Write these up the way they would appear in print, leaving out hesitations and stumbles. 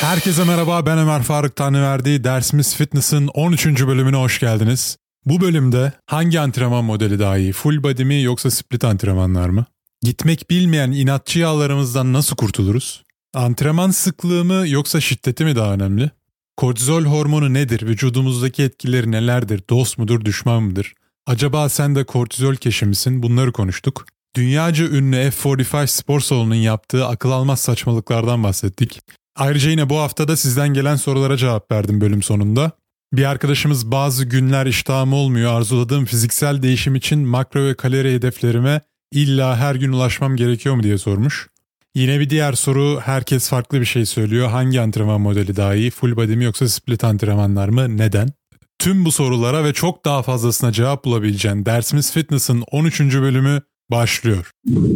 Herkese merhaba, ben Ömer Faruk Tanrıverdi. Dersimiz Fitness'ın 13. bölümüne hoş geldiniz. Bu bölümde hangi antrenman modeli daha iyi? Full body mi yoksa split antrenmanlar mı? Gitmek bilmeyen inatçı yağlarımızdan nasıl kurtuluruz? Antrenman sıklığı mı yoksa şiddeti mi daha önemli? Kortizol hormonu nedir? Vücudumuzdaki etkileri nelerdir? Dost mudur, düşman mıdır? Acaba sen de kortizol keşi misin? Bunları konuştuk. Dünyaca ünlü F45 spor salonunun yaptığı akıl almaz saçmalıklardan bahsettik. Ayrıca yine bu hafta da sizden gelen sorulara cevap verdim bölüm sonunda. Bir arkadaşımız bazı günler iştahım olmuyor, arzuladığım fiziksel değişim için makro ve kalori hedeflerime illa her gün ulaşmam gerekiyor mu diye sormuş. Yine bir diğer soru, herkes farklı bir şey söylüyor. Hangi antrenman modeli daha iyi? Full body mi yoksa split antrenmanlar mı? Neden? Tüm bu sorulara ve çok daha fazlasına cevap bulabileceğin Dersimiz Fitness'ın 13. bölümü başlıyor.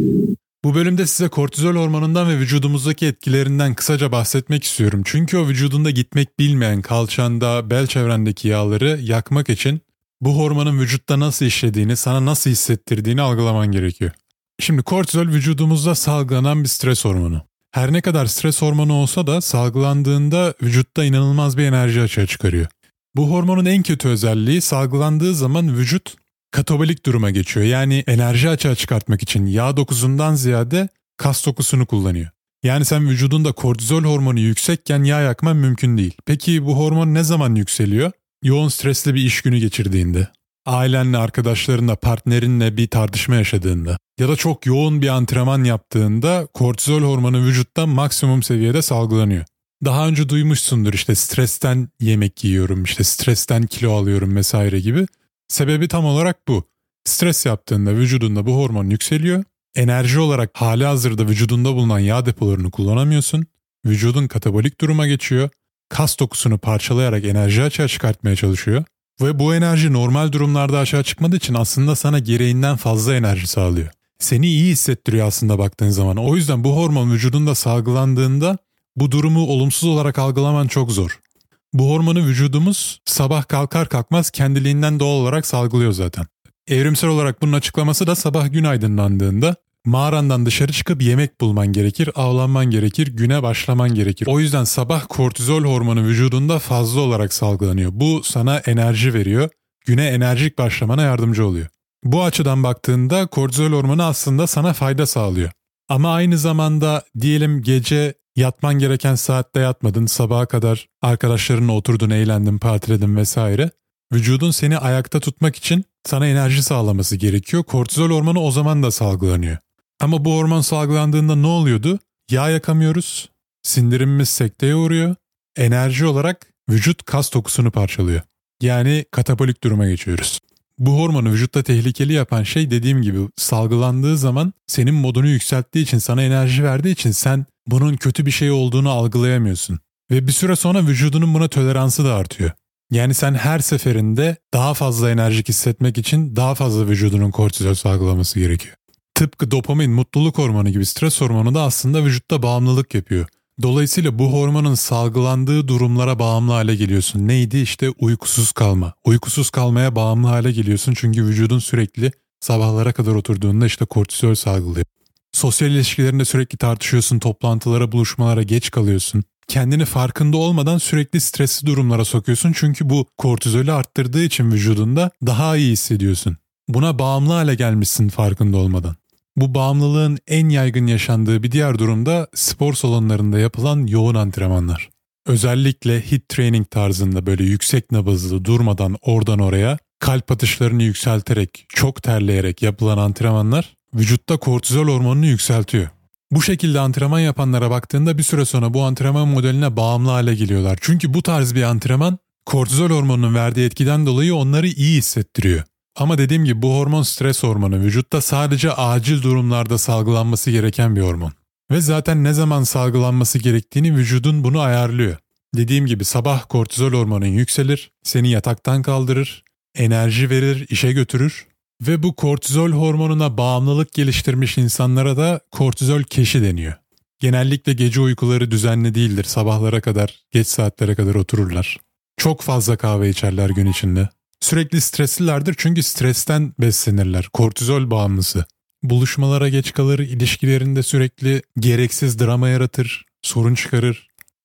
Bu bölümde size kortizol hormonundan ve vücudumuzdaki etkilerinden kısaca bahsetmek istiyorum. Çünkü o vücudunda gitmek bilmeyen kalçanda, bel çevrendeki yağları yakmak için bu hormonun vücutta nasıl işlediğini, sana nasıl hissettirdiğini algılaman gerekiyor. Şimdi kortizol vücudumuzda salgılanan bir stres hormonu. Her ne kadar stres hormonu olsa da salgılandığında vücutta inanılmaz bir enerji açığa çıkarıyor. Bu hormonun en kötü özelliği, salgılandığı zaman vücut katabolik duruma geçiyor. Yani enerji açığa çıkartmak için yağ dokusundan ziyade kas dokusunu kullanıyor. Yani sen vücudunda kortizol hormonu yüksekken yağ yakman mümkün değil. Peki bu hormon ne zaman yükseliyor? Yoğun stresli bir iş günü geçirdiğinde, ailenle, arkadaşlarınla, partnerinle bir tartışma yaşadığında ya da çok yoğun bir antrenman yaptığında kortizol hormonu vücutta maksimum seviyede salgılanıyor. Daha önce duymuşsundur, işte stresten yemek yiyorum, işte stresten kilo alıyorum vesaire gibi. Sebebi tam olarak bu. Stres yaptığında vücudunda bu hormon yükseliyor. Enerji olarak halihazırda vücudunda bulunan yağ depolarını kullanamıyorsun. Vücudun katabolik duruma geçiyor. Kas dokusunu parçalayarak enerji açığa çıkartmaya çalışıyor. Ve bu enerji normal durumlarda açığa çıkmadığı için aslında sana gereğinden fazla enerji sağlıyor. Seni iyi hissettiriyor aslında baktığın zaman. O yüzden bu hormon vücudunda salgılandığında bu durumu olumsuz olarak algılaman çok zor. Bu hormonu vücudumuz sabah kalkar kalkmaz kendiliğinden doğal olarak salgılıyor zaten. Evrimsel olarak bunun açıklaması da sabah gün aydınlandığında mağarandan dışarı çıkıp yemek bulman gerekir, avlanman gerekir, güne başlaman gerekir. O yüzden sabah kortizol hormonu vücudunda fazla olarak salgılanıyor. Bu sana enerji veriyor, güne enerjik başlamana yardımcı oluyor. Bu açıdan baktığında kortizol hormonu aslında sana fayda sağlıyor. Ama aynı zamanda diyelim gece yatman gereken saatte yatmadın, sabaha kadar arkadaşlarınla oturdun, eğlendin, partiledin vesaire. Vücudun seni ayakta tutmak için sana enerji sağlaması gerekiyor. Kortizol hormonu o zaman da salgılanıyor. Ama bu hormon salgılandığında ne oluyordu? Yağ yakamıyoruz, sindirimimiz sekteye uğruyor, enerji olarak vücut kas dokusunu parçalıyor. Yani katabolik duruma geçiyoruz. Bu hormonu vücutta tehlikeli yapan şey, dediğim gibi, salgılandığı zaman senin modunu yükselttiği için, sana enerji verdiği için sen bunun kötü bir şey olduğunu algılayamıyorsun. Ve bir süre sonra vücudunun buna toleransı da artıyor. Yani sen her seferinde daha fazla enerjik hissetmek için daha fazla vücudunun kortizol salgılaması gerekiyor. Tıpkı dopamin, mutluluk hormonu gibi stres hormonu da aslında vücutta bağımlılık yapıyor. Dolayısıyla bu hormonun salgılandığı durumlara bağımlı hale geliyorsun. Neydi? İşte uykusuz kalma. Uykusuz kalmaya bağımlı hale geliyorsun çünkü vücudun sürekli sabahlara kadar oturduğunda işte kortizol salgılıyor. Sosyal ilişkilerinde sürekli tartışıyorsun, toplantılara, buluşmalara geç kalıyorsun. Kendini farkında olmadan sürekli stresli durumlara sokuyorsun çünkü bu kortizolü arttırdığı için vücudunda daha iyi hissediyorsun. Buna bağımlı hale gelmişsin farkında olmadan. Bu bağımlılığın en yaygın yaşandığı bir diğer durumda spor salonlarında yapılan yoğun antrenmanlar. Özellikle HIIT training tarzında böyle yüksek nabızlı, durmadan oradan oraya kalp atışlarını yükselterek, çok terleyerek yapılan antrenmanlar vücutta kortizol hormonunu yükseltiyor. Bu şekilde antrenman yapanlara baktığında bir süre sonra bu antrenman modeline bağımlı hale geliyorlar. Çünkü bu tarz bir antrenman kortizol hormonunun verdiği etkiden dolayı onları iyi hissettiriyor. Ama dediğim gibi bu hormon stres hormonu, vücutta sadece acil durumlarda salgılanması gereken bir hormon. Ve zaten ne zaman salgılanması gerektiğini vücudun bunu ayarlıyor. Dediğim gibi sabah kortizol hormonun yükselir, seni yataktan kaldırır, enerji verir, işe götürür. Ve bu kortizol hormonuna bağımlılık geliştirmiş insanlara da kortizol keşi deniyor. Genellikle gece uykuları düzenli değildir, sabahlara kadar, geç saatlere kadar otururlar. Çok fazla kahve içerler gün içinde. Sürekli streslilerdir çünkü stresten beslenirler. Kortizol bağımlısı. Buluşmalara geç kalır, ilişkilerinde sürekli gereksiz drama yaratır, sorun çıkarır.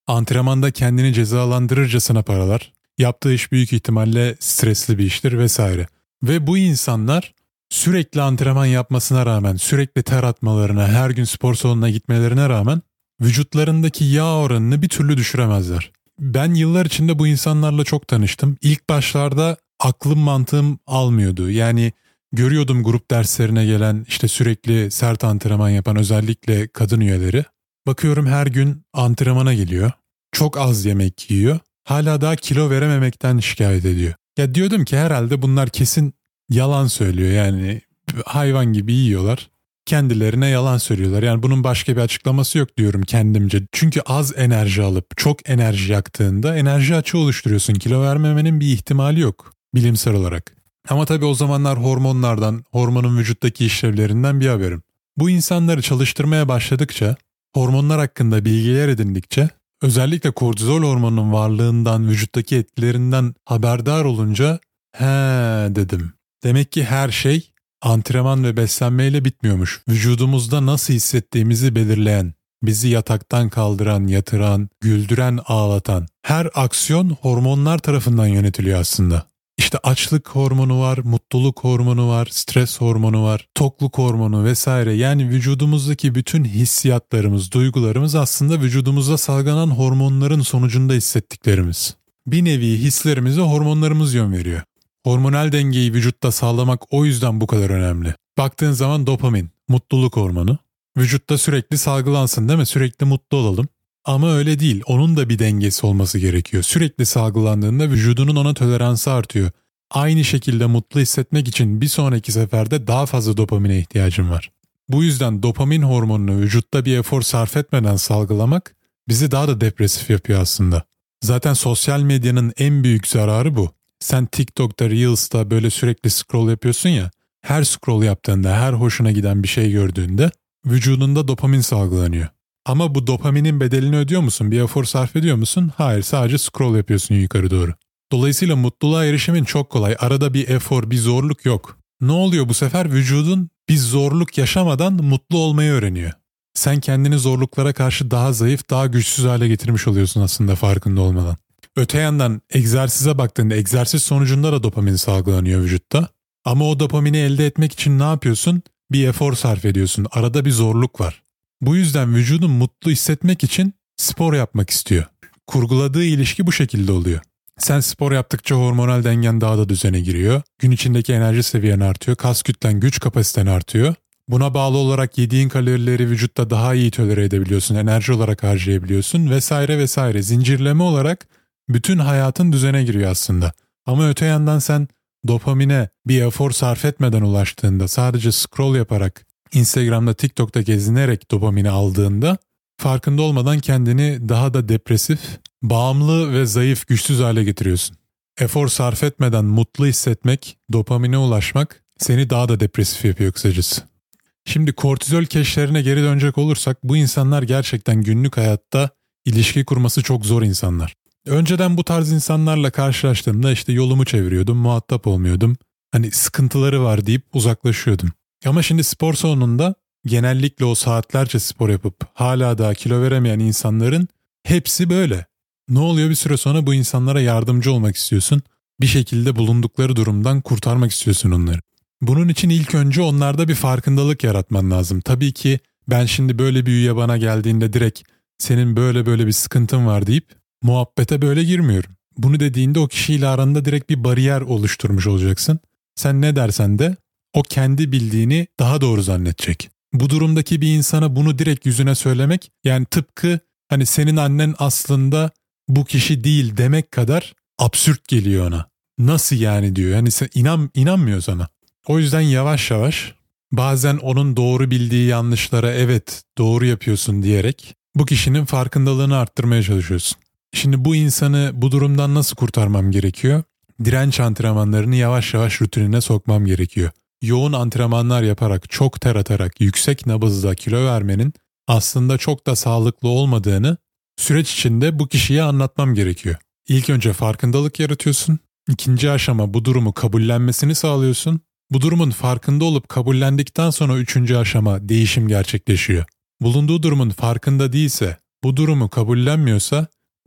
Antrenmanda kendini cezalandırırcasına paralar. Yaptığı iş büyük ihtimalle stresli bir iştir vesaire. Ve bu insanlar sürekli antrenman yapmasına rağmen, sürekli ter atmalarına, her gün spor salonuna gitmelerine rağmen vücutlarındaki yağ oranını bir türlü düşüremezler. Ben yıllar içinde bu insanlarla çok tanıştım. İlk başlarda aklım mantığım almıyordu. Yani görüyordum grup derslerine gelen işte sürekli sert antrenman yapan özellikle kadın üyeleri. Bakıyorum her gün antrenmana geliyor. Çok az yemek yiyor. Hala daha kilo verememekten şikayet ediyor. Ya diyordum ki herhalde bunlar kesin yalan söylüyor. Yani hayvan gibi yiyorlar. Kendilerine yalan söylüyorlar. Yani bunun başka bir açıklaması yok diyorum kendimce. Çünkü az enerji alıp çok enerji yaktığında enerji açığı oluşturuyorsun. Kilo vermemenin bir ihtimali yok bilimsel olarak. Ama tabii o zamanlar hormonlardan, hormonun vücuttaki işlevlerinden bir haberim. Bu insanları çalıştırmaya başladıkça, hormonlar hakkında bilgiler edindikçe, özellikle kortizol hormonunun varlığından, vücuttaki etkilerinden haberdar olunca he dedim. Demek ki her şey antrenman ve beslenmeyle bitmiyormuş. Vücudumuzda nasıl hissettiğimizi belirleyen, bizi yataktan kaldıran, yatıran, güldüren, ağlatan her aksiyon hormonlar tarafından yönetiliyor aslında. İşte açlık hormonu var, mutluluk hormonu var, stres hormonu var, tokluk hormonu vesaire. Yani vücudumuzdaki bütün hissiyatlarımız, duygularımız aslında vücudumuzda salgılanan hormonların sonucunda hissettiklerimiz. Bir nevi hislerimize hormonlarımız yön veriyor. Hormonal dengeyi vücutta sağlamak o yüzden bu kadar önemli. Baktığın zaman dopamin, mutluluk hormonu. Vücutta sürekli salgılansın değil mi? Sürekli mutlu olalım. Ama öyle değil. Onun da bir dengesi olması gerekiyor. Sürekli salgılandığında vücudunun ona toleransı artıyor. Aynı şekilde mutlu hissetmek için bir sonraki seferde daha fazla dopamine ihtiyacın var. Bu yüzden dopamin hormonunu vücutta bir efor sarf etmeden salgılamak bizi daha da depresif yapıyor aslında. Zaten sosyal medyanın en büyük zararı bu. Sen TikTok'ta, Reels'ta böyle sürekli scroll yapıyorsun ya, her scroll yaptığında, her hoşuna giden bir şey gördüğünde vücudunda dopamin salgılanıyor. Ama bu dopaminin bedelini ödüyor musun? Bir efor sarf ediyor musun? Hayır, sadece scroll yapıyorsun yukarı doğru. Dolayısıyla mutluluğa erişimin çok kolay. Arada bir efor, bir zorluk yok. Ne oluyor bu sefer? Vücudun bir zorluk yaşamadan mutlu olmayı öğreniyor. Sen kendini zorluklara karşı daha zayıf, daha güçsüz hale getirmiş oluyorsun aslında farkında olmadan. Öte yandan egzersize baktığında egzersiz sonucunda da dopamin salgılanıyor vücutta. Ama o dopamini elde etmek için ne yapıyorsun? Bir efor sarf ediyorsun. Arada bir zorluk var. Bu yüzden vücudun mutlu hissetmek için spor yapmak istiyor. Kurguladığı ilişki bu şekilde oluyor. Sen spor yaptıkça hormonal dengen daha da düzene giriyor. Gün içindeki enerji seviyen artıyor. Kas kütlen, güç kapasiten artıyor. Buna bağlı olarak yediğin kalorileri vücutta daha iyi tolere edebiliyorsun. Enerji olarak harcayabiliyorsun vesaire vesaire. Zincirleme olarak bütün hayatın düzene giriyor aslında. Ama öte yandan sen dopamine bir efor sarf etmeden ulaştığında, sadece scroll yaparak, Instagram'da, TikTok'ta gezinerek dopamini aldığında farkında olmadan kendini daha da depresif, bağımlı ve zayıf, güçsüz hale getiriyorsun. Efor sarf etmeden mutlu hissetmek, dopamine ulaşmak seni daha da depresif yapıyor kısacası. Şimdi kortizol keşlerine geri dönecek olursak bu insanlar gerçekten günlük hayatta ilişki kurması çok zor insanlar. Önceden bu tarz insanlarla karşılaştığımda işte yolumu çeviriyordum, muhatap olmuyordum. Hani sıkıntıları var deyip uzaklaşıyordum. Ama şimdi spor salonunda genellikle o saatlerce spor yapıp hala daha kilo veremeyen insanların hepsi böyle. Ne oluyor, bir süre sonra bu insanlara yardımcı olmak istiyorsun. Bir şekilde bulundukları durumdan kurtarmak istiyorsun onları. Bunun için ilk önce onlarda bir farkındalık yaratman lazım. Tabii ki ben şimdi böyle bir üye bana geldiğinde direkt senin böyle bir sıkıntın var deyip muhabbete böyle girmiyorum. Bunu dediğinde o kişiyle aranda direkt bir bariyer oluşturmuş olacaksın. Sen ne dersen de o kendi bildiğini daha doğru zannedecek. Bu durumdaki bir insana bunu direkt yüzüne söylemek, yani tıpkı hani senin annen aslında bu kişi değil demek kadar absürt geliyor ona. Nasıl yani diyor. Yani sen inanmıyor sana. O yüzden yavaş yavaş bazen onun doğru bildiği yanlışlara evet doğru yapıyorsun diyerek bu kişinin farkındalığını arttırmaya çalışıyorsun. Şimdi bu insanı bu durumdan nasıl kurtarmam gerekiyor? Direnç antrenmanlarını yavaş yavaş rutinine sokmam gerekiyor. Yoğun antrenmanlar yaparak, çok ter atarak, yüksek nabızda kilo vermenin aslında çok da sağlıklı olmadığını süreç içinde bu kişiye anlatmam gerekiyor. İlk önce farkındalık yaratıyorsun. İkinci aşama bu durumu kabullenmesini sağlıyorsun. Bu durumun farkında olup kabullendikten sonra üçüncü aşama değişim gerçekleşiyor. Bulunduğu durumun farkında değilse, bu durumu kabullenmiyorsa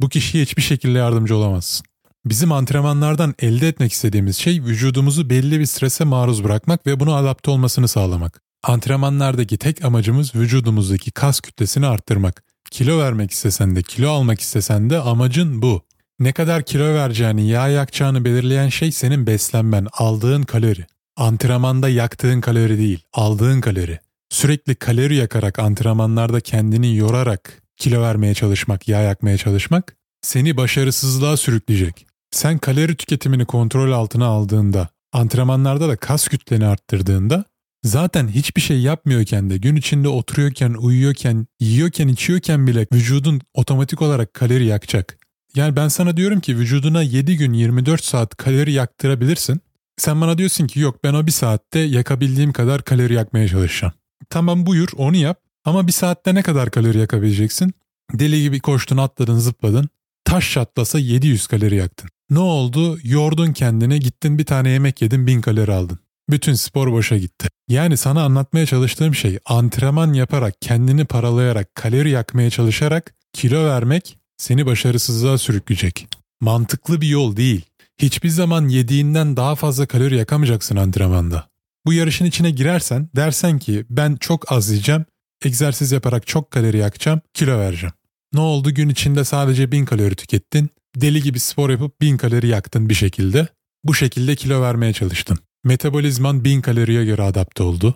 Bu kişiye hiçbir şekilde yardımcı olamazsın. Bizim antrenmanlardan elde etmek istediğimiz şey vücudumuzu belli bir strese maruz bırakmak ve buna adapte olmasını sağlamak. Antrenmanlardaki tek amacımız vücudumuzdaki kas kütlesini arttırmak. Kilo vermek istesen de kilo almak istesen de amacın bu. Ne kadar kilo vereceğini, yağ yakacağını belirleyen şey senin beslenmen, aldığın kalori. Antrenmanda yaktığın kalori değil, aldığın kalori. Sürekli kalori yakarak antrenmanlarda kendini yorarak kilo vermeye çalışmak, yağ yakmaya çalışmak seni başarısızlığa sürükleyecek. Sen kalori tüketimini kontrol altına aldığında, antrenmanlarda da kas kütleni arttırdığında zaten hiçbir şey yapmıyorken de gün içinde oturuyorken, uyuyorken, yiyorken, içiyorken bile vücudun otomatik olarak kalori yakacak. Yani ben sana diyorum ki vücuduna 7 gün 24 saat kalori yaktırabilirsin. Sen bana diyorsun ki yok ben o bir saatte yakabildiğim kadar kalori yakmaya çalışacağım. Tamam buyur onu yap ama bir saatte ne kadar kalori yakabileceksin? Deli gibi koştun, atladın, zıpladın. Taş çatlasa 700 kalori yaktın. Ne oldu? Yordun kendini, gittin bir tane yemek yedin 1000 kalori aldın. Bütün spor boşa gitti. Yani sana anlatmaya çalıştığım şey antrenman yaparak, kendini paralayarak, kalori yakmaya çalışarak kilo vermek seni başarısızlığa sürükleyecek. Mantıklı bir yol değil. Hiçbir zaman yediğinden daha fazla kalori yakamayacaksın antrenmanda. Bu yarışın içine girersen dersen ki ben çok az yiyeceğim, egzersiz yaparak çok kalori yakacağım, kilo vereceğim. Ne oldu? Gün içinde sadece 1000 kalori tükettin. Deli gibi spor yapıp 1000 kalori yaktın bir şekilde. Bu şekilde kilo vermeye çalıştın. Metabolizman 1000 kaloriye göre adapte oldu.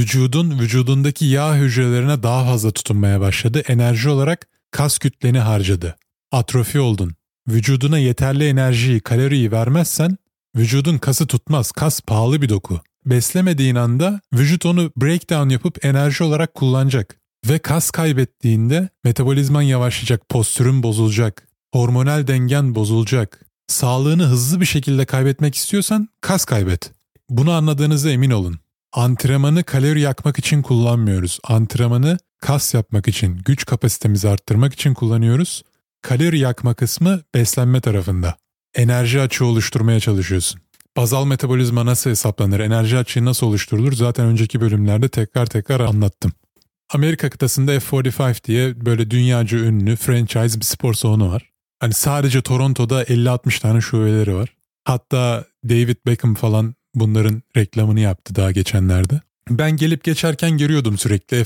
Vücudundaki yağ hücrelerine daha fazla tutunmaya başladı. Enerji olarak kas kütleni harcadı. Atrofi oldun. Vücuduna yeterli enerjiyi, kaloriyi vermezsen vücudun kası tutmaz. Kas pahalı bir doku. Beslemediğin anda vücut onu breakdown yapıp enerji olarak kullanacak. Ve kas kaybettiğinde metabolizman yavaşlayacak, postürün bozulacak, hormonal dengen bozulacak. Sağlığını hızlı bir şekilde kaybetmek istiyorsan kas kaybet. Bunu anladığınıza emin olun. Antrenmanı kalori yakmak için kullanmıyoruz. Antrenmanı kas yapmak için, güç kapasitemizi arttırmak için kullanıyoruz. Kalori yakma kısmı beslenme tarafında. Enerji açığı oluşturmaya çalışıyorsun. Bazal metabolizma nasıl hesaplanır, enerji açığı nasıl oluşturulur zaten önceki bölümlerde tekrar anlattım. Amerika kıtasında F45 diye böyle dünyaca ünlü franchise bir spor salonu var. Hani sadece Toronto'da 50-60 tane şubeleri var. Hatta David Beckham falan bunların reklamını yaptı daha geçenlerde. Ben gelip geçerken görüyordum sürekli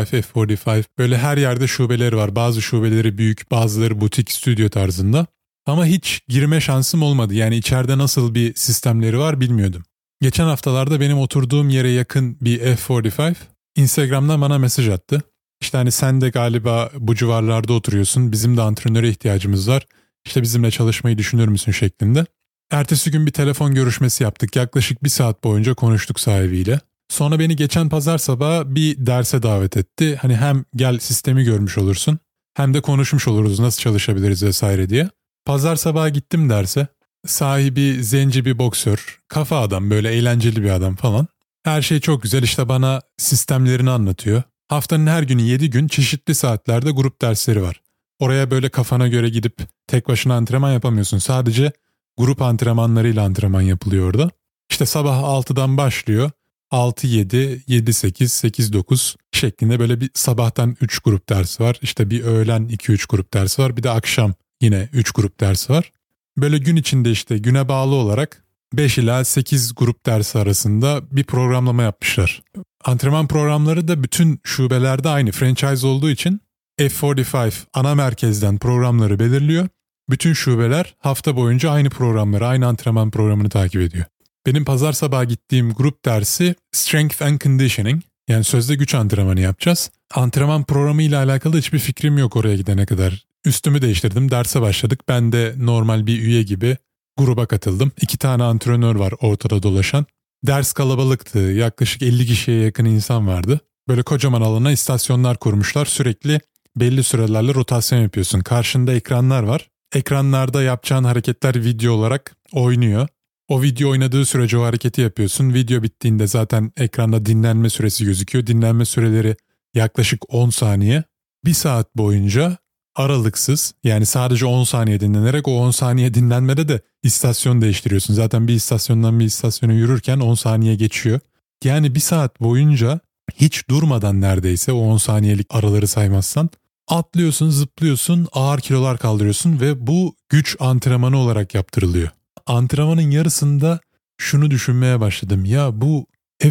F45. Böyle her yerde şubeleri var. Bazı şubeleri büyük, bazıları butik stüdyo tarzında. Ama hiç girme şansım olmadı. Yani içeride nasıl bir sistemleri var bilmiyordum. Geçen haftalarda benim oturduğum yere yakın bir F45 Instagram'dan bana mesaj attı. İşte hani sen de galiba bu civarlarda oturuyorsun. Bizim de antrenöre ihtiyacımız var. İşte bizimle çalışmayı düşünür müsün şeklinde. Ertesi gün bir telefon görüşmesi yaptık. Yaklaşık 1 saat boyunca konuştuk sahibiyle. Sonra beni geçen pazar sabahı bir derse davet etti. Hani hem gel sistemi görmüş olursun hem de konuşmuş oluruz nasıl çalışabiliriz vesaire diye. Pazar sabahı gittim derse. Sahibi zenci bir boksör, kafa adam böyle eğlenceli bir adam falan. Her şey çok güzel işte bana sistemlerini anlatıyor. Haftanın her günü 7 gün çeşitli saatlerde grup dersleri var. Oraya böyle kafana göre gidip tek başına antrenman yapamıyorsun. Sadece grup antrenmanlarıyla antrenman yapılıyor orada. İşte sabah 6'dan başlıyor. 6-7, 7-8, 8-9 şeklinde böyle bir sabahtan 3 grup dersi var. İşte bir öğlen 2-3 grup dersi var. Bir de akşam yine 3 grup dersi var. Böyle gün içinde işte güne bağlı olarak 5 ila 8 grup dersi arasında bir programlama yapmışlar. Antrenman programları da bütün şubelerde aynı. Franchise olduğu için F45 ana merkezden programları belirliyor. Bütün şubeler hafta boyunca aynı programları, aynı antrenman programını takip ediyor. Benim pazar sabahı gittiğim grup dersi Strength and Conditioning. Yani sözde güç antrenmanı yapacağız. Antrenman programı ile alakalı hiçbir fikrim yok oraya gidene kadar. Üstümü değiştirdim, derse başladık. Ben de normal bir üye gibi gruba katıldım. 2 tane antrenör var ortada dolaşan. Ders kalabalıktı. Yaklaşık 50 kişiye yakın insan vardı. Böyle kocaman alana istasyonlar kurmuşlar. Sürekli belli sürelerle rotasyon yapıyorsun. Karşında ekranlar var. Ekranlarda yapacağın hareketler video olarak oynuyor. O video oynadığı sürece o hareketi yapıyorsun. Video bittiğinde zaten ekranda dinlenme süresi gözüküyor. Dinlenme süreleri yaklaşık 10 saniye. 1 saat boyunca aralıksız yani sadece 10 saniye dinlenerek o 10 saniye dinlenmede de istasyon değiştiriyorsun. Zaten bir istasyondan bir istasyona yürürken 10 saniye geçiyor. Yani 1 saat boyunca hiç durmadan neredeyse o 10 saniyelik araları saymazsan Atlıyorsun, zıplıyorsun, ağır kilolar kaldırıyorsun ve bu güç antrenmanı olarak yaptırılıyor. Antrenmanın yarısında şunu düşünmeye başladım. Ya bu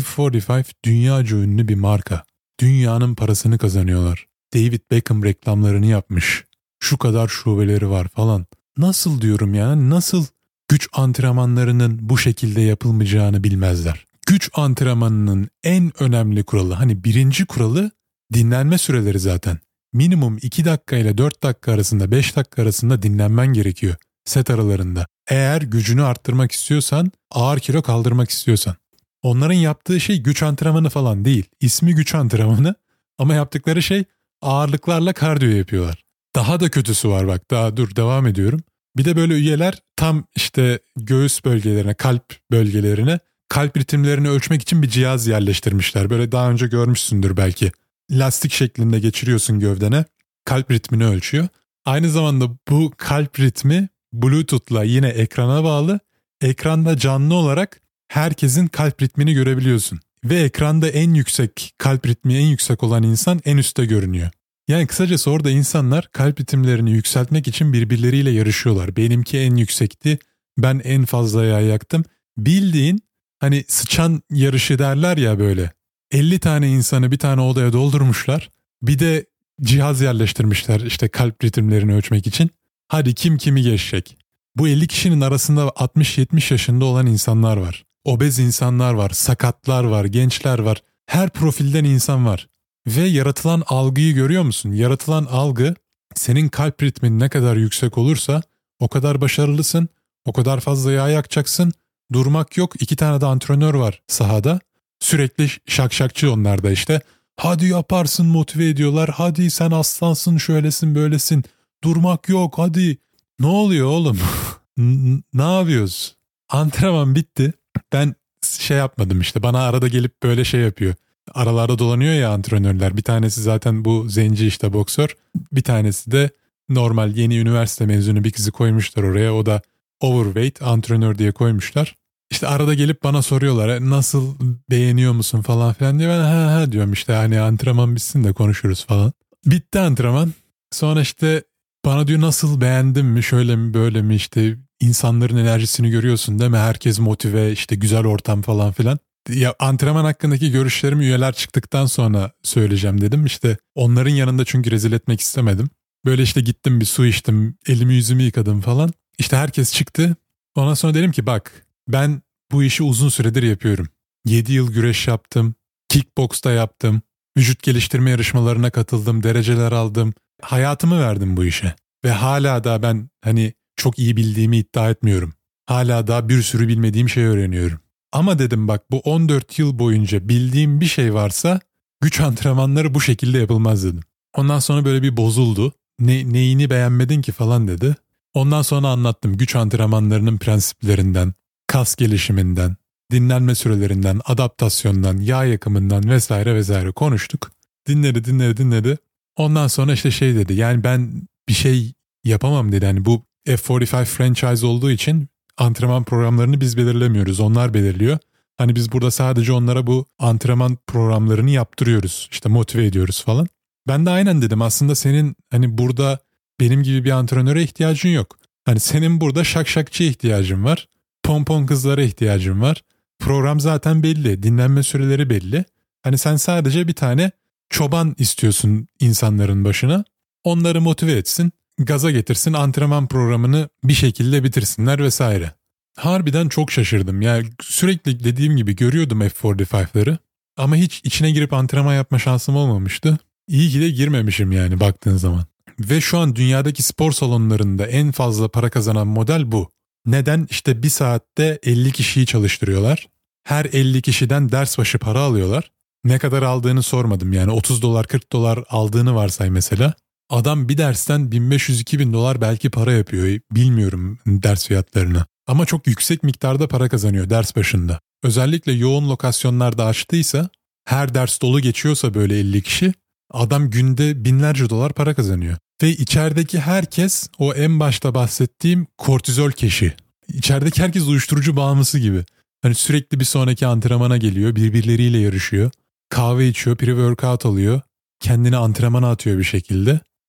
F45 dünyaca ünlü bir marka. Dünyanın parasını kazanıyorlar. David Beckham reklamlarını yapmış. Şu kadar şubeleri var falan. Nasıl diyorum ya? Nasıl güç antrenmanlarının bu şekilde yapılmayacağını bilmezler. Güç antrenmanının en önemli kuralı, hani birinci kuralı dinlenme süreleri zaten. Minimum 2 dakika ile 4 dakika arasında, 5 dakika arasında dinlenmen gerekiyor set aralarında. Eğer gücünü arttırmak istiyorsan, ağır kilo kaldırmak istiyorsan. Onların yaptığı şey güç antrenmanı falan değil. İsmi güç antrenmanı ama yaptıkları şey ağırlıklarla kardiyo yapıyorlar. Daha da kötüsü var bak, daha dur devam ediyorum. Bir de böyle üyeler tam işte göğüs bölgelerine, kalp bölgelerine, kalp ritimlerini ölçmek için bir cihaz yerleştirmişler. Böyle daha önce görmüşsündür belki. Lastik şeklinde geçiriyorsun gövdene, kalp ritmini ölçüyor. Aynı zamanda bu kalp ritmi Bluetooth'la yine ekrana bağlı. Ekranda canlı olarak herkesin kalp ritmini görebiliyorsun. Ve ekranda en yüksek kalp ritmi en yüksek olan insan en üstte görünüyor. Yani kısacası orada insanlar kalp ritimlerini yükseltmek için birbirleriyle yarışıyorlar. Benimki en yüksekti, ben en fazla yağ yaktım. Bildiğin hani sıçan yarışı derler ya böyle. 50 tane insanı bir tane odaya doldurmuşlar. Bir de cihaz yerleştirmişler işte kalp ritimlerini ölçmek için. Hadi kim kimi geçecek? Bu 50 kişinin arasında 60-70 yaşında olan insanlar var. Obez insanlar var, sakatlar var, gençler var. Her profilden insan var. Ve yaratılan algıyı görüyor musun? Yaratılan algı senin kalp ritmin ne kadar yüksek olursa o kadar başarılısın, o kadar fazla yağ yakacaksın. Durmak yok. 2 tane de antrenör var sahada. Sürekli şakşakçı onlar da işte. Hadi yaparsın motive ediyorlar. Hadi sen aslansın, şöylesin böylesin. Durmak yok hadi. Ne oluyor oğlum? Ne yapıyoruz? Antrenman bitti. Ben şey yapmadım işte, bana arada gelip böyle şey yapıyor. Aralarda dolanıyor ya antrenörler. Bir tanesi zaten bu zenci işte boksör. Bir tanesi de normal yeni üniversite mezunu bir kızı koymuşlar oraya. O da overweight antrenör diye koymuşlar. İşte arada gelip bana soruyorlar nasıl, beğeniyor musun falan filan diye. Ben ha diyorum işte, hani antrenman bitsin de konuşuruz falan. Bitti antrenman. Sonra işte bana diyor nasıl, beğendin mi, şöyle mi böyle mi, işte insanların enerjisini görüyorsun değil mi? Herkes motive, işte güzel ortam falan filan. Ya antrenman hakkındaki görüşlerimi üyeler çıktıktan sonra söyleyeceğim dedim. İşte onların yanında çünkü rezil etmek istemedim. Böyle işte gittim bir su içtim, elimi yüzümü yıkadım falan. İşte herkes çıktı. Ondan sonra dedim ki bak, ben bu işi uzun süredir yapıyorum. 7 yıl güreş yaptım, kickboxta yaptım, vücut geliştirme yarışmalarına katıldım, dereceler aldım. Hayatımı verdim bu işe. Ve hala da ben hani çok iyi bildiğimi iddia etmiyorum. Hala daha bir sürü bilmediğim şey öğreniyorum. Ama dedim bak, bu 14 yıl boyunca bildiğim bir şey varsa güç antrenmanları bu şekilde yapılmaz dedim. Ondan sonra böyle bir bozuldu. Neyini beğenmedin ki falan dedi. Ondan sonra anlattım güç antrenmanlarının prensiplerinden, kas gelişiminden, dinlenme sürelerinden, adaptasyondan, yağ yakımından vesaire vesaire konuştuk. Dinledi. Ondan sonra işte şey dedi, yani ben bir şey yapamam dedi. Hani bu F45 franchise olduğu için antrenman programlarını biz belirlemiyoruz, onlar belirliyor. Hani biz burada sadece onlara bu antrenman programlarını yaptırıyoruz, işte motive ediyoruz falan. Ben de aynen dedim, aslında senin hani burada benim gibi bir antrenöre ihtiyacın yok. Hani senin burada şakşakçıya ihtiyacın var, pompon kızlara ihtiyacın var. Program zaten belli, dinlenme süreleri belli. Hani sen sadece bir tane çoban istiyorsun insanların başına. Onları motive etsin, gaza getirsin, antrenman programını bir şekilde bitirsinler vesaire. Harbiden çok şaşırdım. Yani sürekli dediğim gibi görüyordum F45'ları ama hiç içine girip antrenman yapma şansım olmamıştı. İyi ki de girmemişim yani baktığın zaman. Ve şu an dünyadaki spor salonlarında en fazla para kazanan model bu. Neden? İşte bir saatte 50 kişiyi çalıştırıyorlar. Her 50 kişiden ders başı para alıyorlar. Ne kadar aldığını sormadım, yani 30 dolar 40 dolar aldığını varsay mesela. Adam bir dersten 1500-2000 dolar belki para yapıyor. Bilmiyorum ders fiyatlarını. Ama çok yüksek miktarda para kazanıyor ders başında. Özellikle yoğun lokasyonlarda açtıysa, her ders dolu geçiyorsa böyle 50 kişi, adam günde binlerce dolar para kazanıyor. Ve içerideki herkes o en başta bahsettiğim kortizol keşi. İçerideki herkes uyuşturucu bağımlısı gibi. Hani sürekli bir sonraki antrenmana geliyor, birbirleriyle yarışıyor. Kahve içiyor, pre-workout alıyor. Kendini antrenmana atıyor bir şekilde.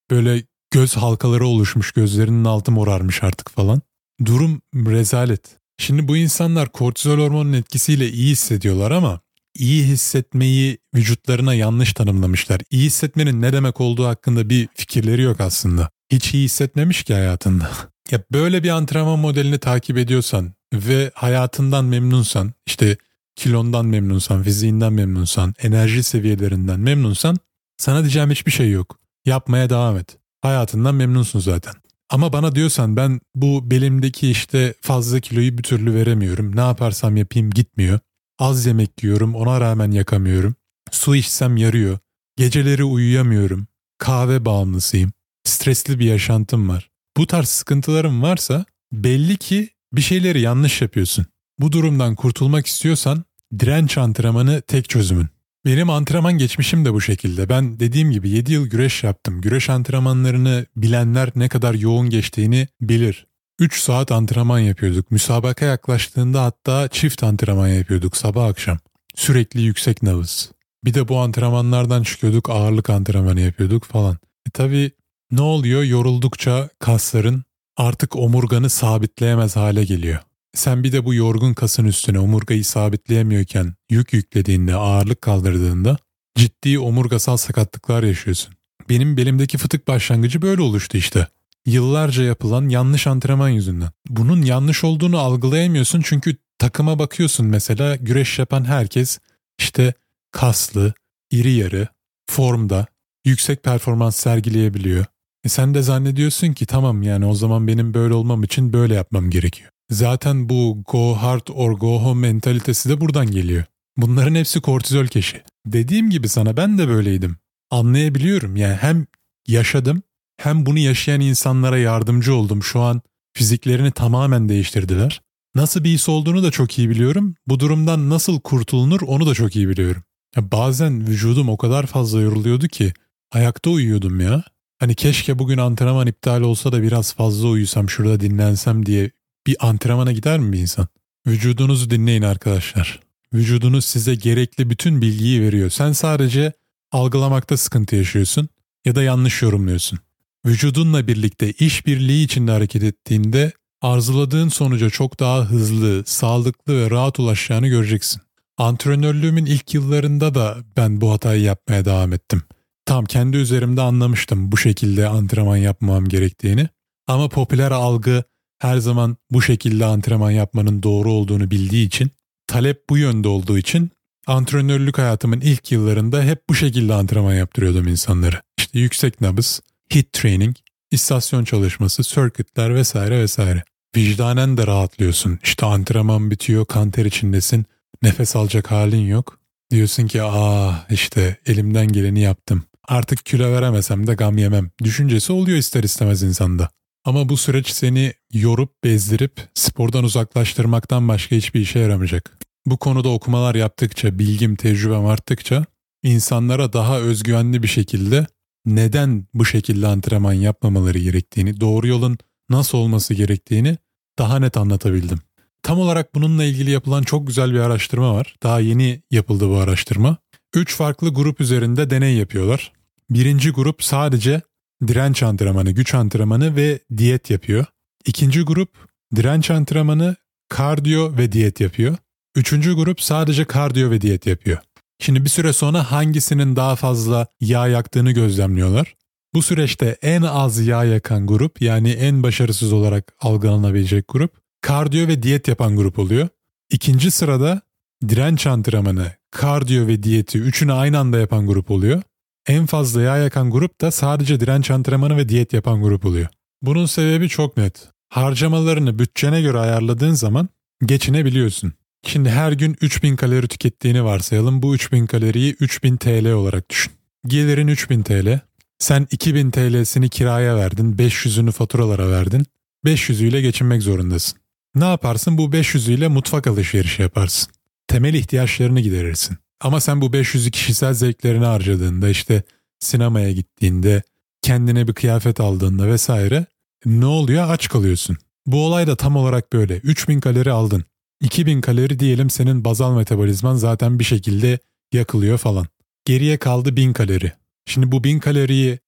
Böyle göz halkaları oluşmuş, gözlerinin altı morarmış artık falan. Durum rezalet. Şimdi bu insanlar kortizol hormonunun etkisiyle iyi hissediyorlar ama iyi hissetmeyi vücutlarına yanlış tanımlamışlar. İyi hissetmenin ne demek olduğu hakkında bir fikirleri yok aslında. Hiç iyi hissetmemiş ki hayatında. Ya böyle bir antrenman modelini takip ediyorsan ve hayatından memnunsan, işte kilondan memnunsan, fiziğinden memnunsan, enerji seviyelerinden memnunsan sana diyeceğim hiçbir şey yok. Yapmaya devam et. Hayatından memnunsun zaten. Ama bana diyorsan ben bu belimdeki işte fazla kiloyu bir türlü veremiyorum. Ne yaparsam yapayım gitmiyor. Az yemek yiyorum, ona rağmen yakamıyorum. Su içsem yarıyor. Geceleri uyuyamıyorum. Kahve bağımlısıyım. Stresli bir yaşantım var. Bu tarz sıkıntılarım varsa belli ki bir şeyleri yanlış yapıyorsun. Bu durumdan kurtulmak istiyorsan direnç antrenmanı tek çözümün. Benim antrenman geçmişim de bu şekilde. Ben dediğim gibi 7 yıl güreş yaptım. Güreş antrenmanlarını bilenler ne kadar yoğun geçtiğini bilir. 3 saat antrenman yapıyorduk. Müsabaka yaklaştığında hatta çift antrenman yapıyorduk sabah akşam. Sürekli yüksek nabız. Bir de bu antrenmanlardan çıkıyorduk, ağırlık antrenmanı yapıyorduk falan. Tabii ne oluyor? Yoruldukça kasların artık omurganı sabitleyemez hale geliyor. Sen bir de bu yorgun kasın üstüne omurgayı sabitleyemiyorken yük yüklediğinde, ağırlık kaldırdığında ciddi omurgasal sakatlıklar yaşıyorsun. Benim belimdeki fıtık başlangıcı böyle oluştu işte. Yıllarca yapılan yanlış antrenman yüzünden. Bunun yanlış olduğunu algılayamıyorsun çünkü takıma bakıyorsun mesela güreş yapan herkes işte kaslı, iri yarı, formda, yüksek performans sergileyebiliyor. Sen de zannediyorsun ki tamam yani o zaman benim böyle olmam için böyle yapmam gerekiyor. Zaten bu go hard or go home mentalitesi de buradan geliyor. Bunların hepsi kortizol keşi. Dediğim gibi sana ben de böyleydim. Anlayabiliyorum yani hem yaşadım hem bunu yaşayan insanlara yardımcı oldum. Şu an fiziklerini tamamen değiştirdiler. Nasıl bir his olduğunu da çok iyi biliyorum. Bu durumdan nasıl kurtulunur onu da çok iyi biliyorum. Ya bazen vücudum o kadar fazla yoruluyordu ki ayakta uyuyordum ya. Hani keşke bugün antrenman iptal olsa da biraz fazla uyusam şurada dinlensem diye bir antrenmana gider mi bir insan? Vücudunuzu dinleyin arkadaşlar. Vücudunuz size gerekli bütün bilgiyi veriyor. Sen sadece algılamakta sıkıntı yaşıyorsun ya da yanlış yorumluyorsun. Vücudunla birlikte işbirliği içinde hareket ettiğinde arzuladığın sonuca çok daha hızlı, sağlıklı ve rahat ulaşacağını göreceksin. Antrenörlüğümün ilk yıllarında da ben bu hatayı yapmaya devam ettim. Tam kendi üzerimde anlamıştım bu şekilde antrenman yapmam gerektiğini. Ama popüler algı her zaman bu şekilde antrenman yapmanın doğru olduğunu bildiği için, talep bu yönde olduğu için antrenörlük hayatımın ilk yıllarında hep bu şekilde antrenman yaptırıyordum insanları. İşte yüksek nabız, HIIT training, istasyon çalışması, circuitler vesaire vesaire. Vicdanen de rahatlıyorsun. İşte antrenman bitiyor, kanter içindesin, nefes alacak halin yok. Diyorsun ki işte elimden geleni yaptım. Artık kilo veremesem de gam yemem. Düşüncesi oluyor ister istemez insanda. Ama bu süreç seni yorup bezdirip spordan uzaklaştırmaktan başka hiçbir işe yaramayacak. Bu konuda okumalar yaptıkça, bilgim, tecrübem arttıkça insanlara daha özgüvenli bir şekilde neden bu şekilde antrenman yapmamaları gerektiğini, doğru yolun nasıl olması gerektiğini daha net anlatabildim. Tam olarak bununla ilgili yapılan çok güzel bir araştırma var. Daha yeni yapıldı bu araştırma. 3 farklı grup üzerinde deney yapıyorlar. Birinci grup sadece direnç antrenmanı, güç antrenmanı ve diyet yapıyor. İkinci grup direnç antrenmanı, kardiyo ve diyet yapıyor. Üçüncü grup sadece kardiyo ve diyet yapıyor. Şimdi bir süre sonra hangisinin daha fazla yağ yaktığını gözlemliyorlar. Bu süreçte en az yağ yakan grup, yani en başarısız olarak algılanabilecek grup, kardiyo ve diyet yapan grup oluyor. İkinci sırada direnç antrenmanı, kardiyo ve diyeti üçünü aynı anda yapan grup oluyor. En fazla yağ yakan grup da sadece direnç antrenmanı ve diyet yapan grup oluyor. Bunun sebebi çok net. Harcamalarını bütçene göre ayarladığın zaman geçinebiliyorsun. Şimdi her gün 3000 kalori tükettiğini varsayalım. Bu 3000 kaloriyi 3000 TL olarak düşün. Gelirin 3000 TL. Sen 2000 TL'sini kiraya verdin, 500'ünü faturalara verdin. 500'üyle geçinmek zorundasın. Ne yaparsın? Bu 500'üyle mutfak alışverişi yaparsın. Temel ihtiyaçlarını giderirsin. Ama sen bu 500'ü kişisel zevklerine harcadığında, işte sinemaya gittiğinde, kendine bir kıyafet aldığında vesaire ne oluyor? Aç kalıyorsun. Bu olay da tam olarak böyle. 3000 kalori aldın. 2000 kalori diyelim, senin bazal metabolizman zaten bir şekilde yakılıyor falan. Geriye kaldı 1000 kalori. Şimdi bu 1000 kaloriyi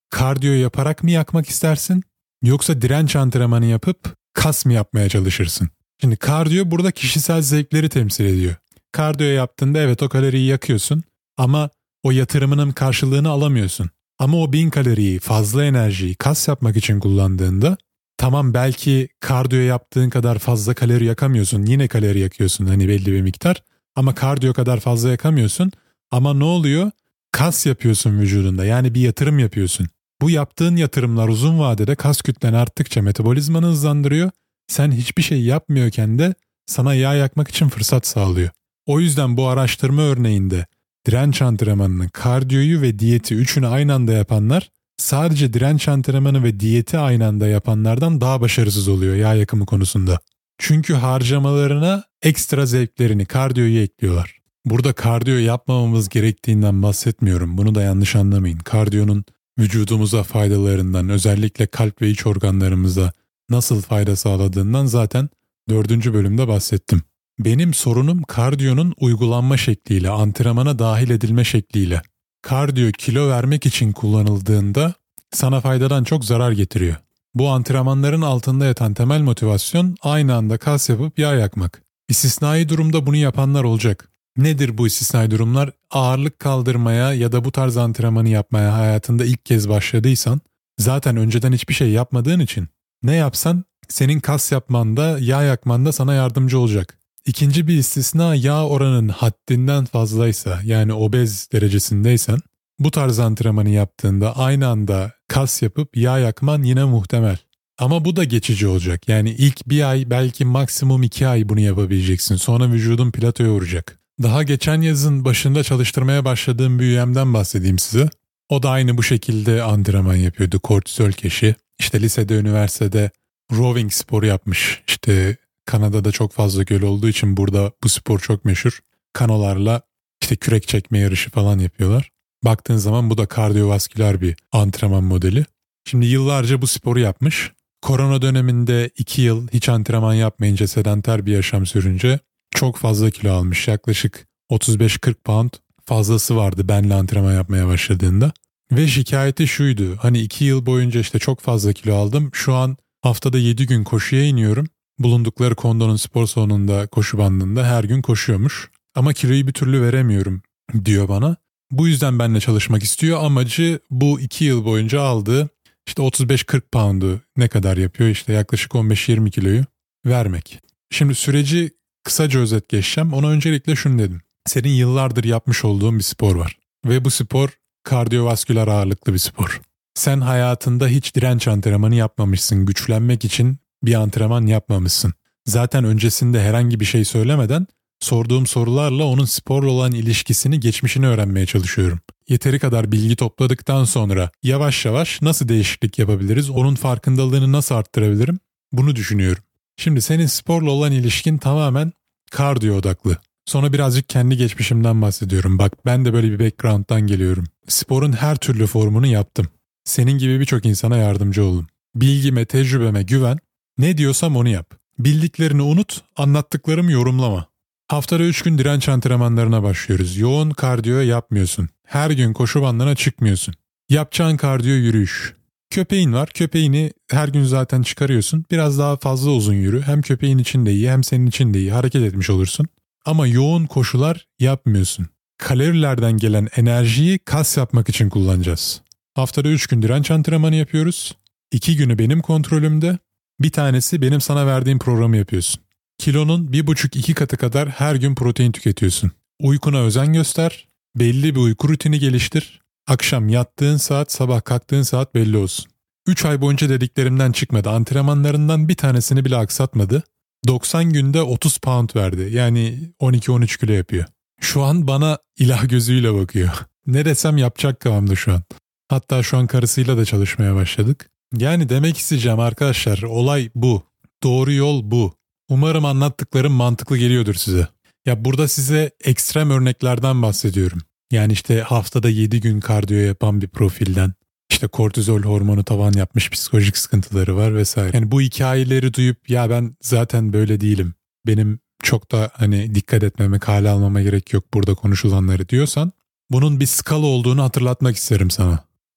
Kardiyo yaparak mı yakmak istersin? Yoksa direnç antrenmanı yapıp kas mı yapmaya çalışırsın? Şimdi kardiyo burada kişisel zevkleri temsil ediyor. Kardiyo yaptığında evet o kaloriyi yakıyorsun ama o yatırımının karşılığını alamıyorsun. Ama o 1000 kaloriyi, fazla enerjiyi kas yapmak için kullandığında tamam belki kardiyo yaptığın kadar fazla kalori yakamıyorsun. Yine kalori yakıyorsun hani belli bir miktar. Ama kardiyo kadar fazla yakamıyorsun. Ama ne oluyor? Kas yapıyorsun vücudunda, yani bir yatırım yapıyorsun. Bu yaptığın yatırımlar uzun vadede kas kütlen arttıkça metabolizmanı hızlandırıyor. Sen hiçbir şey yapmıyorken de sana yağ yakmak için fırsat sağlıyor. O yüzden bu araştırma örneğinde direnç antrenmanını, kardiyoyu ve diyeti üçünü aynı anda yapanlar sadece direnç antrenmanı ve diyeti aynı anda yapanlardan daha başarısız oluyor yağ yakımı konusunda. Çünkü harcamalarına ekstra zevklerini, kardiyoyu ekliyorlar. Burada kardiyo yapmamamız gerektiğinden bahsetmiyorum. Bunu da yanlış anlamayın. Kardiyonun vücudumuza faydalarından, özellikle kalp ve iç organlarımıza nasıl fayda sağladığından zaten 4. bölümde bahsettim. Benim sorunum kardiyonun uygulanma şekliyle, antrenmana dahil edilme şekliyle. Kardiyo kilo vermek için kullanıldığında sana faydadan çok zarar getiriyor. Bu antrenmanların altında yatan temel motivasyon aynı anda kas yapıp yağ yakmak. İstisnai durumda bunu yapanlar olacak. Nedir bu istisnai durumlar? Ağırlık kaldırmaya ya da bu tarz antrenmanı yapmaya hayatında ilk kez başladıysan, zaten önceden hiçbir şey yapmadığın için ne yapsan senin kas yapmanda, yağ yakmanda sana yardımcı olacak. İkinci bir istisna, yağ oranın haddinden fazlaysa, yani obez derecesindeysen, bu tarz antrenmanı yaptığında aynı anda kas yapıp yağ yakman yine muhtemel. Ama bu da geçici olacak. Yani ilk bir ay, belki maksimum 2 ay bunu yapabileceksin. Sonra vücudun platoya vuracak. Daha geçen yazın başında çalıştırmaya başladığım bir üyemden bahsedeyim size. O da aynı bu şekilde antrenman yapıyordu. Kortizol keşi. İşte lisede, üniversitede rowing sporu yapmış. İşte Kanada'da çok fazla göl olduğu için burada bu spor çok meşhur. Kanolarla işte kürek çekme yarışı falan yapıyorlar. Baktığın zaman bu da kardiyovasküler bir antrenman modeli. Şimdi yıllarca bu sporu yapmış. Korona döneminde 2 yıl hiç antrenman yapmayınca, sedanter bir yaşam sürünce çok fazla kilo almış. Yaklaşık 35-40 pound fazlası vardı benle antrenman yapmaya başladığında. Ve şikayeti şuydu: hani 2 yıl boyunca işte çok fazla kilo aldım. Şu an haftada 7 gün koşuya iniyorum. Bulundukları kondonun spor salonunda, koşu bandında her gün koşuyormuş. Ama kiloyu bir türlü veremiyorum diyor bana. Bu yüzden benimle çalışmak istiyor. Amacı bu 2 yıl boyunca aldığı işte 35-40 pound'u ne kadar yapıyor? İşte yaklaşık 15-20 kiloyu vermek. Şimdi süreci kısaca özet geçeceğim. Ona öncelikle şunu dedim: senin yıllardır yapmış olduğun bir spor var. Ve bu spor kardiyovasküler ağırlıklı bir spor. Sen hayatında hiç direnç antrenmanı yapmamışsın. Güçlenmek için bir antrenman yapmamışsın. Zaten öncesinde herhangi bir şey söylemeden sorduğum sorularla onun sporla olan ilişkisini, geçmişini öğrenmeye çalışıyorum. Yeteri kadar bilgi topladıktan sonra yavaş yavaş nasıl değişiklik yapabiliriz, onun farkındalığını nasıl arttırabilirim, bunu düşünüyorum. Şimdi senin sporla olan ilişkin tamamen kardiyo odaklı. Sonra birazcık kendi geçmişimden bahsediyorum. Bak, ben de böyle bir background'dan geliyorum. Sporun her türlü formunu yaptım. Senin gibi birçok insana yardımcı oldum. Bilgime, tecrübeme güven. Ne diyorsam onu yap. Bildiklerini unut, anlattıklarımı yorumlama. Haftada 3 gün direnç antrenmanlarına başlıyoruz. Yoğun kardiyo yapmıyorsun. Her gün koşu bandına çıkmıyorsun. Yapacağın kardiyo yürüyüş. Köpeğin var. Köpeğini her gün zaten çıkarıyorsun. Biraz daha fazla uzun yürü. Hem köpeğin için de iyi, hem senin için de iyi. Hareket etmiş olursun. Ama yoğun koşular yapmıyorsun. Kalorilerden gelen enerjiyi kas yapmak için kullanacağız. Haftada 3 gün direnç antrenmanı yapıyoruz. 2 günü benim kontrolümde. Bir tanesi benim sana verdiğim programı yapıyorsun. Kilonun 1,5-2 katı kadar her gün protein tüketiyorsun. Uykuna özen göster. Belli bir uyku rutini geliştir. Akşam yattığın saat, sabah kalktığın saat belli olsun. 3 ay boyunca dediklerimden çıkmadı. Antrenmanlarından bir tanesini bile aksatmadı. 90 günde 30 pound verdi. Yani 12-13 kilo yapıyor. Şu an bana ilah gözüyle bakıyor. Ne desem yapacak kıvamda şu an. Hatta şu an karısıyla da çalışmaya başladık. Yani demek isteyeceğim arkadaşlar, olay bu. Doğru yol bu. Umarım anlattıklarım mantıklı geliyordur size. Ya burada size ekstrem örneklerden bahsediyorum. Yani işte haftada 7 gün kardiyo yapan bir profilden, işte kortizol hormonu tavan yapmış, psikolojik sıkıntıları var vesaire. Yani bu hikayeleri duyup ya ben zaten böyle değilim, benim çok da hani dikkat etmeme, kale almama gerek yok burada konuşulanları diyorsan, bunun bir skala olduğunu hatırlatmak isterim sana.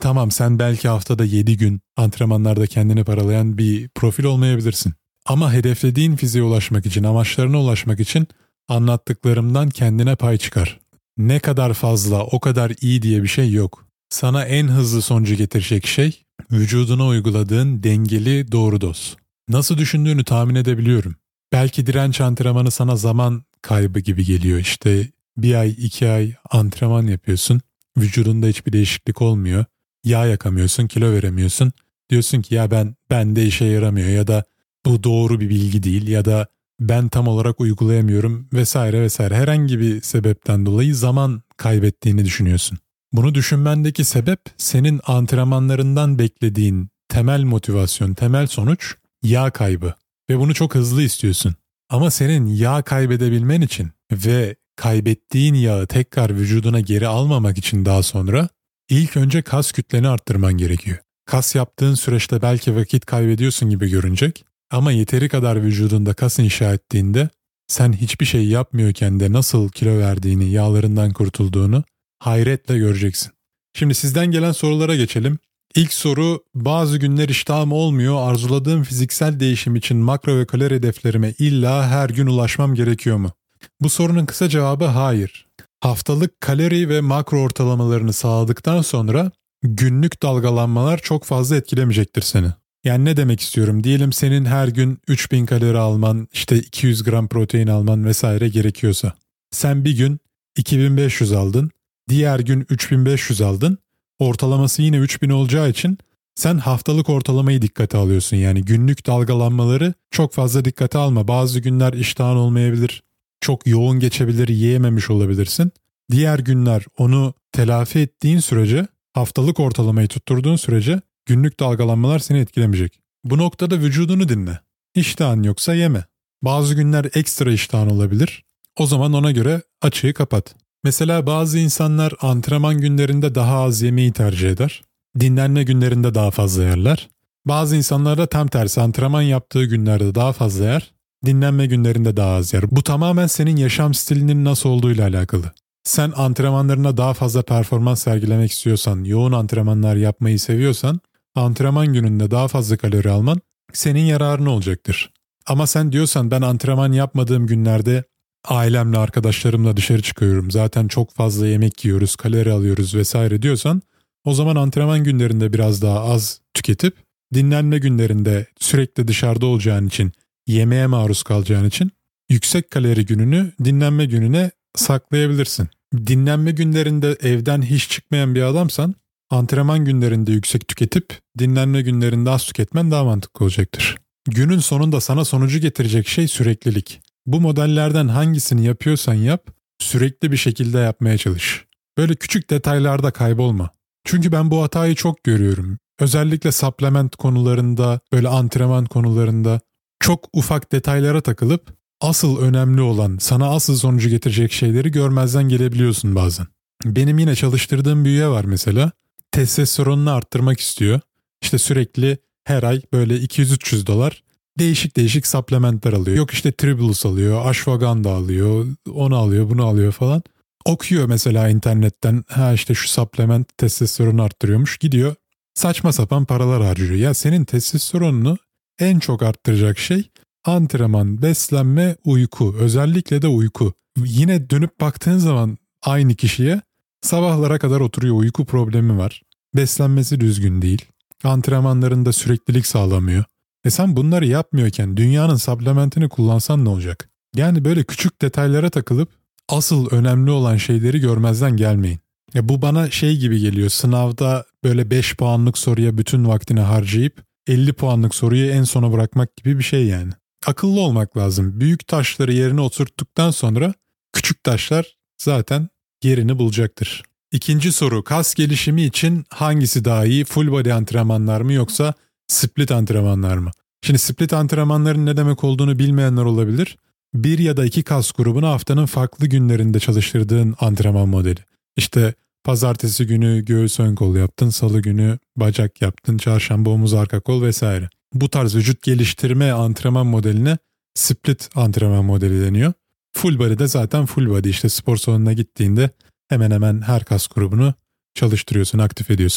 Tamam, sen belki haftada 7 gün antrenmanlarda kendini paralayan bir profil olmayabilirsin. Ama hedeflediğin fiziğe ulaşmak için, amaçlarına ulaşmak için anlattıklarımdan kendine pay çıkar. Ne kadar fazla o kadar iyi diye bir şey yok. Sana en hızlı sonucu getirecek şey vücuduna uyguladığın dengeli doğru doz. Nasıl düşündüğünü tahmin edebiliyorum. Belki direnç antrenmanı sana zaman kaybı gibi geliyor. İşte 1 ay 2 ay antrenman yapıyorsun. Vücudunda hiçbir değişiklik olmuyor. Yağ yakamıyorsun, kilo veremiyorsun. Diyorsun ki ya bende işe yaramıyor ya da bu doğru bir bilgi değil ya da ben tam olarak uygulayamıyorum vesaire vesaire. Herhangi bir sebepten dolayı zaman kaybettiğini düşünüyorsun. Bunu düşünmendeki sebep senin antrenmanlarından beklediğin temel motivasyon, temel sonuç yağ kaybı ve bunu çok hızlı istiyorsun. Ama senin yağ kaybedebilmen için ve kaybettiğin yağı tekrar vücuduna geri almamak için daha sonra ilk önce kas kütleni arttırman gerekiyor. Kas yaptığın süreçte belki vakit kaybediyorsun gibi görünecek ama yeteri kadar vücudunda kas inşa ettiğinde sen hiçbir şey yapmıyorken de nasıl kilo verdiğini, yağlarından kurtulduğunu hayretle göreceksin. Şimdi sizden gelen sorulara geçelim. İlk soru, bazı günler iştahım olmuyor, arzuladığım fiziksel değişim için makro ve kalori hedeflerime illa her gün ulaşmam gerekiyor mu? Bu sorunun kısa cevabı hayır. Haftalık kalori ve makro ortalamalarını sağladıktan sonra günlük dalgalanmalar çok fazla etkilemeyecektir seni. Yani ne demek istiyorum? Diyelim senin her gün 3000 kalori alman, işte 200 gram protein alman vesaire gerekiyorsa. Sen bir gün 2500 aldın, diğer gün 3500 aldın. Ortalaması yine 3000 olacağı için sen haftalık ortalamayı dikkate alıyorsun. Yani günlük dalgalanmaları çok fazla dikkate alma. Bazı günler iştahın olmayabilir, çok yoğun geçebilir, yiyememiş olabilirsin. Diğer günler onu telafi ettiğin sürece, haftalık ortalamayı tutturduğun sürece günlük dalgalanmalar seni etkilemeyecek. Bu noktada vücudunu dinle. İştahın yoksa yeme. Bazı günler ekstra iştahın olabilir. O zaman ona göre açığı kapat. Mesela bazı insanlar antrenman günlerinde daha az yemeği tercih eder. Dinlenme günlerinde daha fazla yerler. Bazı insanlar da tam tersi, antrenman yaptığı günlerde daha fazla yer, dinlenme günlerinde daha az yer. Bu tamamen senin yaşam stilinin nasıl olduğuyla alakalı. Sen antrenmanlarına daha fazla performans sergilemek istiyorsan, yoğun antrenmanlar yapmayı seviyorsan, antrenman gününde daha fazla kalori alman senin yararına olacaktır. Ama sen diyorsan ben antrenman yapmadığım günlerde ailemle, arkadaşlarımla dışarı çıkıyorum, zaten çok fazla yemek yiyoruz, kalori alıyoruz vesaire diyorsan, o zaman antrenman günlerinde biraz daha az tüketip, dinlenme günlerinde sürekli dışarıda olacağın için, yemeğe maruz kalacağın için yüksek kalori gününü dinlenme gününe saklayabilirsin. Dinlenme günlerinde evden hiç çıkmayan bir adamsan, antrenman günlerinde yüksek tüketip dinlenme günlerinde az tüketmen daha mantıklı olacaktır. Günün sonunda sana sonucu getirecek şey süreklilik. Bu modellerden hangisini yapıyorsan yap, sürekli bir şekilde yapmaya çalış. Böyle küçük detaylarda kaybolma. Çünkü ben bu hatayı çok görüyorum. Özellikle supplement konularında, böyle antrenman konularında çok ufak detaylara takılıp asıl önemli olan, sana asıl sonucu getirecek şeyleri görmezden gelebiliyorsun bazen. Benim yine çalıştırdığım bir üye var mesela. Testosteronunu arttırmak istiyor. İşte sürekli her ay böyle 200-300 dolar değişik değişik supplementler alıyor. Yok işte Tribulus alıyor, Ashwagandha alıyor, onu alıyor, bunu alıyor falan. Okuyor mesela internetten, ha işte şu supplement testosteronu arttırıyormuş, gidiyor saçma sapan paralar harcıyor. Ya senin testosteronunu en çok arttıracak şey antrenman, beslenme, uyku. Özellikle de uyku. Yine dönüp baktığın zaman aynı kişiye sabahlara kadar oturuyor, uyku problemi var. Beslenmesi düzgün değil. Antrenmanlarında süreklilik sağlamıyor. Sen bunları yapmıyorken dünyanın supplementini kullansan ne olacak? Yani böyle küçük detaylara takılıp asıl önemli olan şeyleri görmezden gelmeyin. Ya bu bana şey gibi geliyor. Sınavda böyle 5 puanlık soruya bütün vaktini harcayıp 50 puanlık soruyu en sona bırakmak gibi bir şey yani. Akıllı olmak lazım. Büyük taşları yerine oturttuktan sonra küçük taşlar zaten yerini bulacaktır. İkinci soru, kas gelişimi için hangisi daha iyi? Full body antrenmanlar mı yoksa split antrenmanlar mı? Şimdi split antrenmanların ne demek olduğunu bilmeyenler olabilir. Bir ya da iki kas grubunu haftanın farklı günlerinde çalıştırdığın antrenman modeli. İşte pazartesi günü göğüs ön kol yaptın, salı günü bacak yaptın, çarşamba omuz arka kol vesaire. Bu tarz vücut geliştirme antrenman modeline split antrenman modeli deniyor. Full body de zaten full body, işte spor salonuna gittiğinde hemen hemen her kas grubunu çalıştırıyorsun, aktif ediyorsun.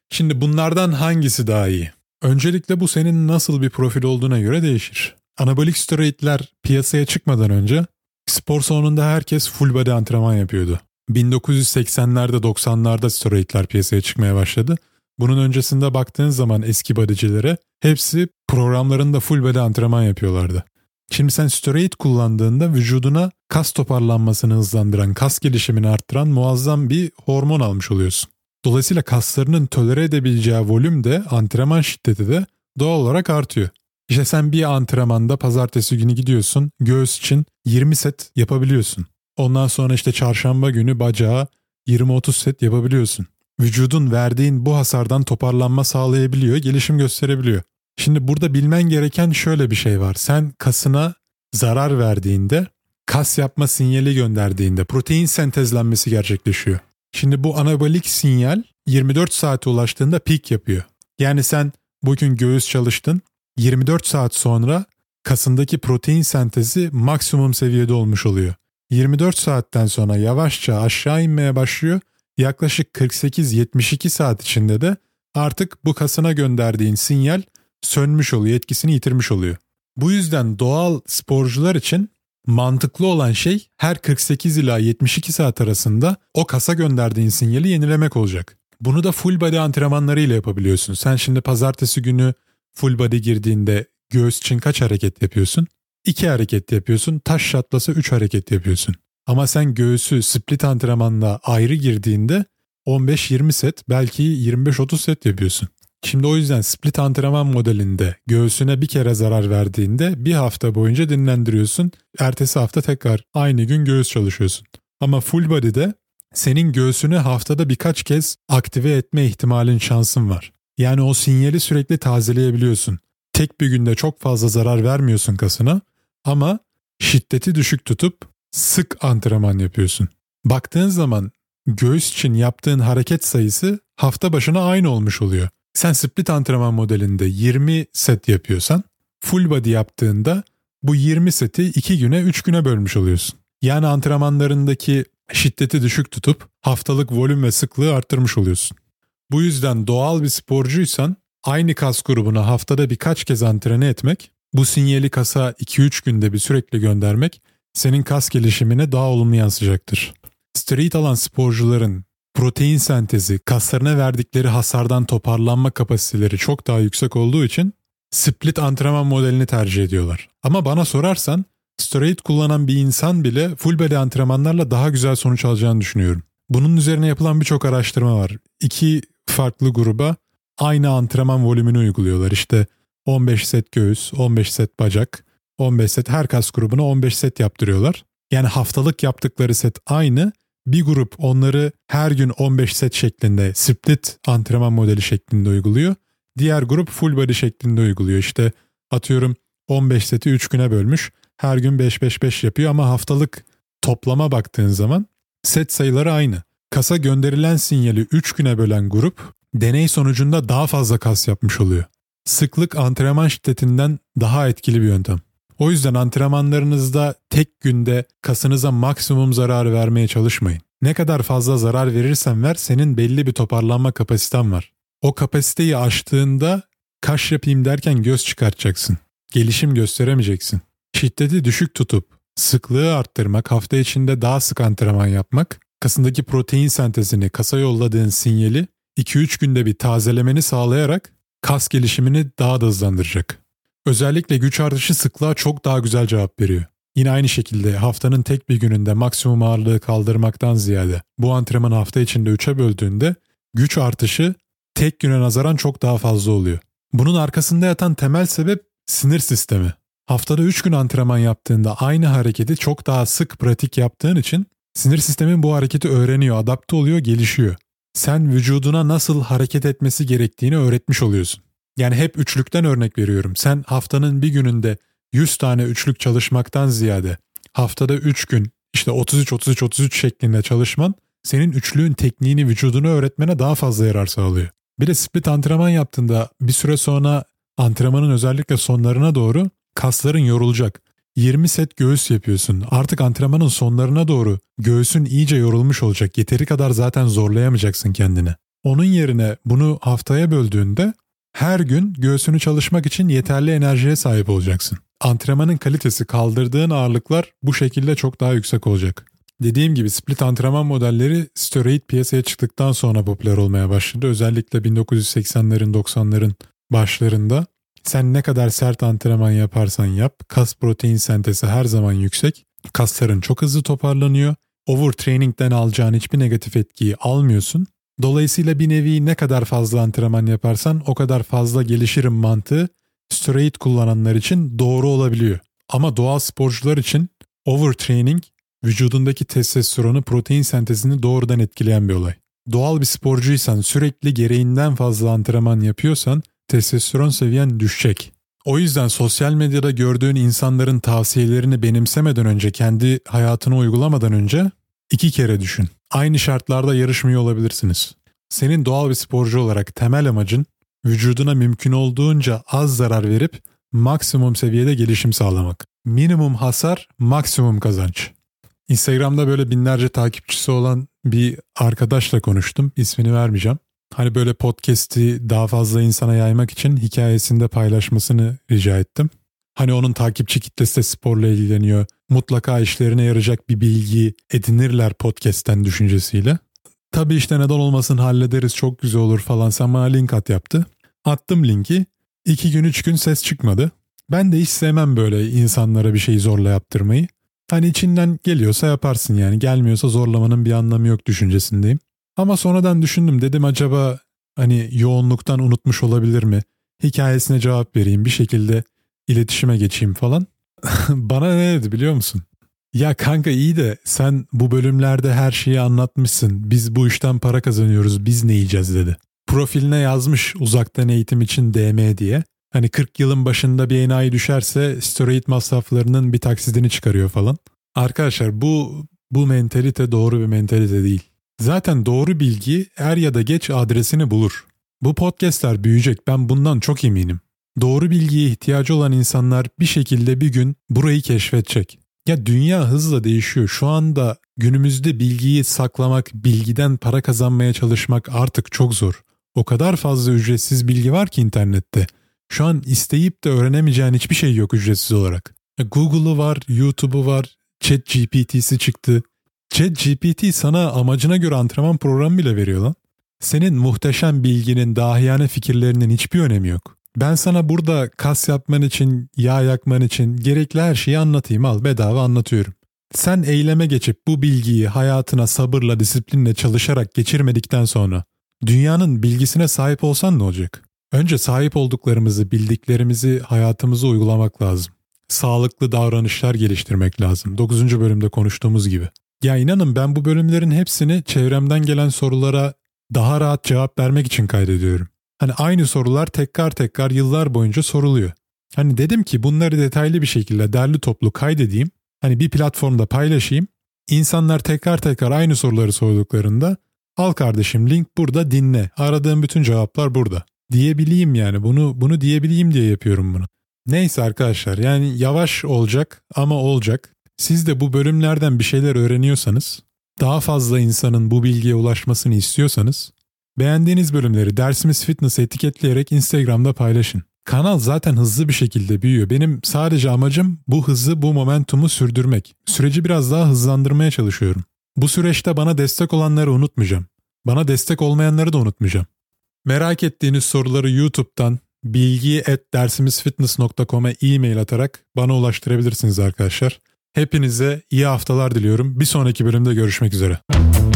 Şimdi bunlardan hangisi daha iyi? Öncelikle bu senin nasıl bir profil olduğuna göre değişir. Anabolik steroidler piyasaya çıkmadan önce spor salonunda herkes full body antrenman yapıyordu. 1980'lerde 90'larda steroidler piyasaya çıkmaya başladı. Bunun öncesinde baktığın zaman eski bodycilere hepsi programlarında full body antrenman yapıyorlardı. Şimdi sen steroid kullandığında vücuduna kas toparlanmasını hızlandıran, kas gelişimini arttıran muazzam bir hormon almış oluyorsun. Dolayısıyla kaslarının tolere edebileceği volüm de, antrenman şiddeti de doğal olarak artıyor. İşte sen bir antrenmanda pazartesi günü gidiyorsun, göğüs için 20 set yapabiliyorsun. Ondan sonra işte çarşamba günü bacağa 20-30 set yapabiliyorsun. Vücudun verdiğin bu hasardan toparlanma sağlayabiliyor, gelişim gösterebiliyor. Şimdi burada bilmen gereken şöyle bir şey var. Sen kasına zarar verdiğinde, kas yapma sinyali gönderdiğinde protein sentezlenmesi gerçekleşiyor. Şimdi bu anabolik sinyal 24 saate ulaştığında pik yapıyor. Yani sen bugün göğüs çalıştın, 24 saat sonra kasındaki protein sentezi maksimum seviyede olmuş oluyor. 24 saatten sonra yavaşça aşağı inmeye başlıyor. Yaklaşık 48-72 saat içinde de artık bu kasına gönderdiğin sinyal sönmüş oluyor, etkisini yitirmiş oluyor. Bu yüzden doğal sporcular için mantıklı olan şey her 48 ila 72 saat arasında o kasa gönderdiğin sinyali yenilemek olacak. Bunu da full body antrenmanlarıyla yapabiliyorsun. Sen şimdi pazartesi günü full body girdiğinde göğüs için kaç hareket yapıyorsun? 2 hareket yapıyorsun. Taş şatlasa 3 hareket yapıyorsun. Ama sen göğsü split antrenmanla ayrı girdiğinde 15-20 set, belki 25-30 set yapıyorsun. Şimdi o yüzden split antrenman modelinde göğsüne bir kere zarar verdiğinde bir hafta boyunca dinlendiriyorsun. Ertesi hafta tekrar aynı gün göğüs çalışıyorsun. Ama full body'de senin göğsünü haftada birkaç kez aktive etme ihtimalin, şansın var. Yani o sinyali sürekli tazeleyebiliyorsun. Tek bir günde çok fazla zarar vermiyorsun kasına ama şiddeti düşük tutup sık antrenman yapıyorsun. Baktığın zaman göğüs için yaptığın hareket sayısı hafta başına aynı olmuş oluyor. Sen split antrenman modelinde 20 set yapıyorsan full body yaptığında bu 20 seti 2 güne 3 güne bölmüş oluyorsun. Yani antrenmanlarındaki şiddeti düşük tutup haftalık volüm ve sıklığı arttırmış oluyorsun. Bu yüzden doğal bir sporcuysan aynı kas grubuna haftada birkaç kez antrene etmek, bu sinyali kasa 2-3 günde bir sürekli göndermek senin kas gelişimine daha olumlu yansıyacaktır. Steroid alan sporcuların protein sentezi, kaslarına verdikleri hasardan toparlanma kapasiteleri çok daha yüksek olduğu için split antrenman modelini tercih ediyorlar. Ama bana sorarsan steroid kullanan bir insan bile full body antrenmanlarla daha güzel sonuç alacağını düşünüyorum. Bunun üzerine yapılan birçok araştırma var. 2 farklı gruba aynı antrenman volümünü uyguluyorlar. İşte 15 set göğüs, 15 set bacak, 15 set, her kas grubuna 15 set yaptırıyorlar. Yani haftalık yaptıkları set aynı. Bir grup onları her gün 15 set şeklinde split antrenman modeli şeklinde uyguluyor. Diğer grup full body şeklinde uyguluyor. İşte atıyorum 15 seti 3 güne bölmüş. Her gün 5-5-5 yapıyor ama haftalık toplama baktığın zaman set sayıları aynı. Kasa gönderilen sinyali 3 güne bölen grup deney sonucunda daha fazla kas yapmış oluyor. Sıklık antrenman şiddetinden daha etkili bir yöntem. O yüzden antrenmanlarınızda tek günde kasınıza maksimum zarar vermeye çalışmayın. Ne kadar fazla zarar verirsen ver, senin belli bir toparlanma kapasiten var. O kapasiteyi aştığında kaş yapayım derken göz çıkartacaksın. Gelişim gösteremeyeceksin. Şiddeti düşük tutup sıklığı arttırmak, hafta içinde daha sık antrenman yapmak, kasındaki protein sentezini, kasa yolladığın sinyali 2-3 günde bir tazelemeni sağlayarak kas gelişimini daha da hızlandıracak. Özellikle güç artışı sıklığa çok daha güzel cevap veriyor. Yine aynı şekilde haftanın tek bir gününde maksimum ağırlığı kaldırmaktan ziyade bu antrenmanı hafta içinde 3'e böldüğünde güç artışı tek güne nazaran çok daha fazla oluyor. Bunun arkasında yatan temel sebep sinir sistemi. Haftada 3 gün antrenman yaptığında aynı hareketi çok daha sık pratik yaptığın için sinir sistemin bu hareketi öğreniyor, adapte oluyor, gelişiyor. Sen vücuduna nasıl hareket etmesi gerektiğini öğretmiş oluyorsun. Yani hep üçlükten örnek veriyorum. Sen haftanın bir gününde 100 tane üçlük çalışmaktan ziyade haftada 3 gün işte 33-33-33 şeklinde çalışman senin üçlüğün tekniğini vücuduna öğretmene daha fazla yarar sağlıyor. Bir de split antrenman yaptığında bir süre sonra antrenmanın özellikle sonlarına doğru kasların yorulacak. 20 set göğüs yapıyorsun. Artık antrenmanın sonlarına doğru göğsün iyice yorulmuş olacak. Yeteri kadar zaten zorlayamayacaksın kendini. Onun yerine bunu haftaya böldüğünde her gün göğsünü çalışmak için yeterli enerjiye sahip olacaksın. Antrenmanın kalitesi, kaldırdığın ağırlıklar bu şekilde çok daha yüksek olacak. Dediğim gibi split antrenman modelleri steroid piyasaya çıktıktan sonra popüler olmaya başladı. Özellikle 1980'lerin 90'ların başlarında sen ne kadar sert antrenman yaparsan yap, kas protein sentezi her zaman yüksek. Kasların çok hızlı toparlanıyor. Overtraining'den alacağın hiçbir negatif etkiyi almıyorsun. Dolayısıyla bir nevi ne kadar fazla antrenman yaparsan o kadar fazla gelişirim mantığı steroid kullananlar için doğru olabiliyor. Ama doğal sporcular için overtraining vücudundaki testosteronu, protein sentezini doğrudan etkileyen bir olay. Doğal bir sporcuysan, sürekli gereğinden fazla antrenman yapıyorsan testosteron seviyen düşecek. O yüzden sosyal medyada gördüğün insanların tavsiyelerini benimsemeden önce, kendi hayatına uygulamadan önce 2 kere düşün. Aynı şartlarda yarışmıyor olabilirsiniz. Senin doğal bir sporcu olarak temel amacın vücuduna mümkün olduğunca az zarar verip maksimum seviyede gelişim sağlamak. Minimum hasar, maksimum kazanç. Instagram'da böyle binlerce takipçisi olan bir arkadaşla konuştum. İsmini vermeyeceğim. Hani böyle podcast'i daha fazla insana yaymak için hikayesinde paylaşmasını rica ettim. Hani onun takipçi kitlesi de sporla ilgileniyor. Mutlaka işlerine yarayacak bir bilgi edinirler podcast'ten düşüncesiyle. Tabii işte neden olmasın, hallederiz, çok güzel olur falan, sen bana link at yaptı. Attım linki. 2 gün 3 gün ses çıkmadı. Ben de hiç sevmem böyle insanlara bir şeyi zorla yaptırmayı. Hani içinden geliyorsa yaparsın yani. Gelmiyorsa zorlamanın bir anlamı yok düşüncesindeyim. Ama sonradan düşündüm, dedim acaba hani yoğunluktan unutmuş olabilir mi? Hikayesine cevap vereyim, bir şekilde iletişime geçeyim falan. Bana ne dedi biliyor musun? Ya kanka iyi de sen bu bölümlerde her şeyi anlatmışsın. Biz bu işten para kazanıyoruz, biz ne yiyeceğiz dedi. Profiline yazmış uzaktan eğitim için DM diye. Hani 40 yılın başında bir enayi düşerse steroid masraflarının bir taksidini çıkarıyor falan. Arkadaşlar bu mentalite doğru bir mentalite değil. Zaten doğru bilgi er ya da geç adresini bulur. Bu podcastler büyüyecek, ben bundan çok eminim. Doğru bilgiye ihtiyacı olan insanlar bir şekilde bir gün burayı keşfedecek. Ya dünya hızla değişiyor. Şu anda günümüzde bilgiyi saklamak, bilgiden para kazanmaya çalışmak artık çok zor. O kadar fazla ücretsiz bilgi var ki internette. Şu an isteyip de öğrenemeyeceğin hiçbir şey yok ücretsiz olarak. Google'u var, YouTube'u var, ChatGPT'si çıktı. ChatGPT sana amacına göre antrenman programı bile veriyor lan. Senin muhteşem bilginin, dahiyane fikirlerinin hiçbir önemi yok. Ben sana burada kas yapman için, yağ yakman için gerekli her şeyi anlatayım, al bedava anlatıyorum. Sen eyleme geçip bu bilgiyi hayatına sabırla, disiplinle çalışarak geçirmedikten sonra dünyanın bilgisine sahip olsan ne olacak? Önce sahip olduklarımızı, bildiklerimizi hayatımıza uygulamak lazım. Sağlıklı davranışlar geliştirmek lazım. 9. bölümde konuştuğumuz gibi. Ya inanın ben bu bölümlerin hepsini çevremden gelen sorulara daha rahat cevap vermek için kaydediyorum. Hani aynı sorular tekrar tekrar yıllar boyunca soruluyor. Hani dedim ki bunları detaylı bir şekilde derli toplu kaydedeyim. Hani bir platformda paylaşayım. İnsanlar tekrar tekrar aynı soruları sorduklarında al kardeşim link burada, dinle. Aradığım bütün cevaplar burada. Diyebileyim yani, bunu diyebileyim diye yapıyorum bunu. Neyse arkadaşlar, yani yavaş olacak ama olacak. Siz de bu bölümlerden bir şeyler öğreniyorsanız, daha fazla insanın bu bilgiye ulaşmasını istiyorsanız, beğendiğiniz bölümleri Dersimiz Fitness etiketleyerek Instagram'da paylaşın. Kanal zaten hızlı bir şekilde büyüyor. Benim sadece amacım bu hızı, bu momentumu sürdürmek. Süreci biraz daha hızlandırmaya çalışıyorum. Bu süreçte bana destek olanları unutmayacağım. Bana destek olmayanları da unutmayacağım. Merak ettiğiniz soruları YouTube'dan bilgi@dersimizfitness.com'a e-mail atarak bana ulaştırabilirsiniz arkadaşlar. Hepinize iyi haftalar diliyorum. Bir sonraki bölümde görüşmek üzere.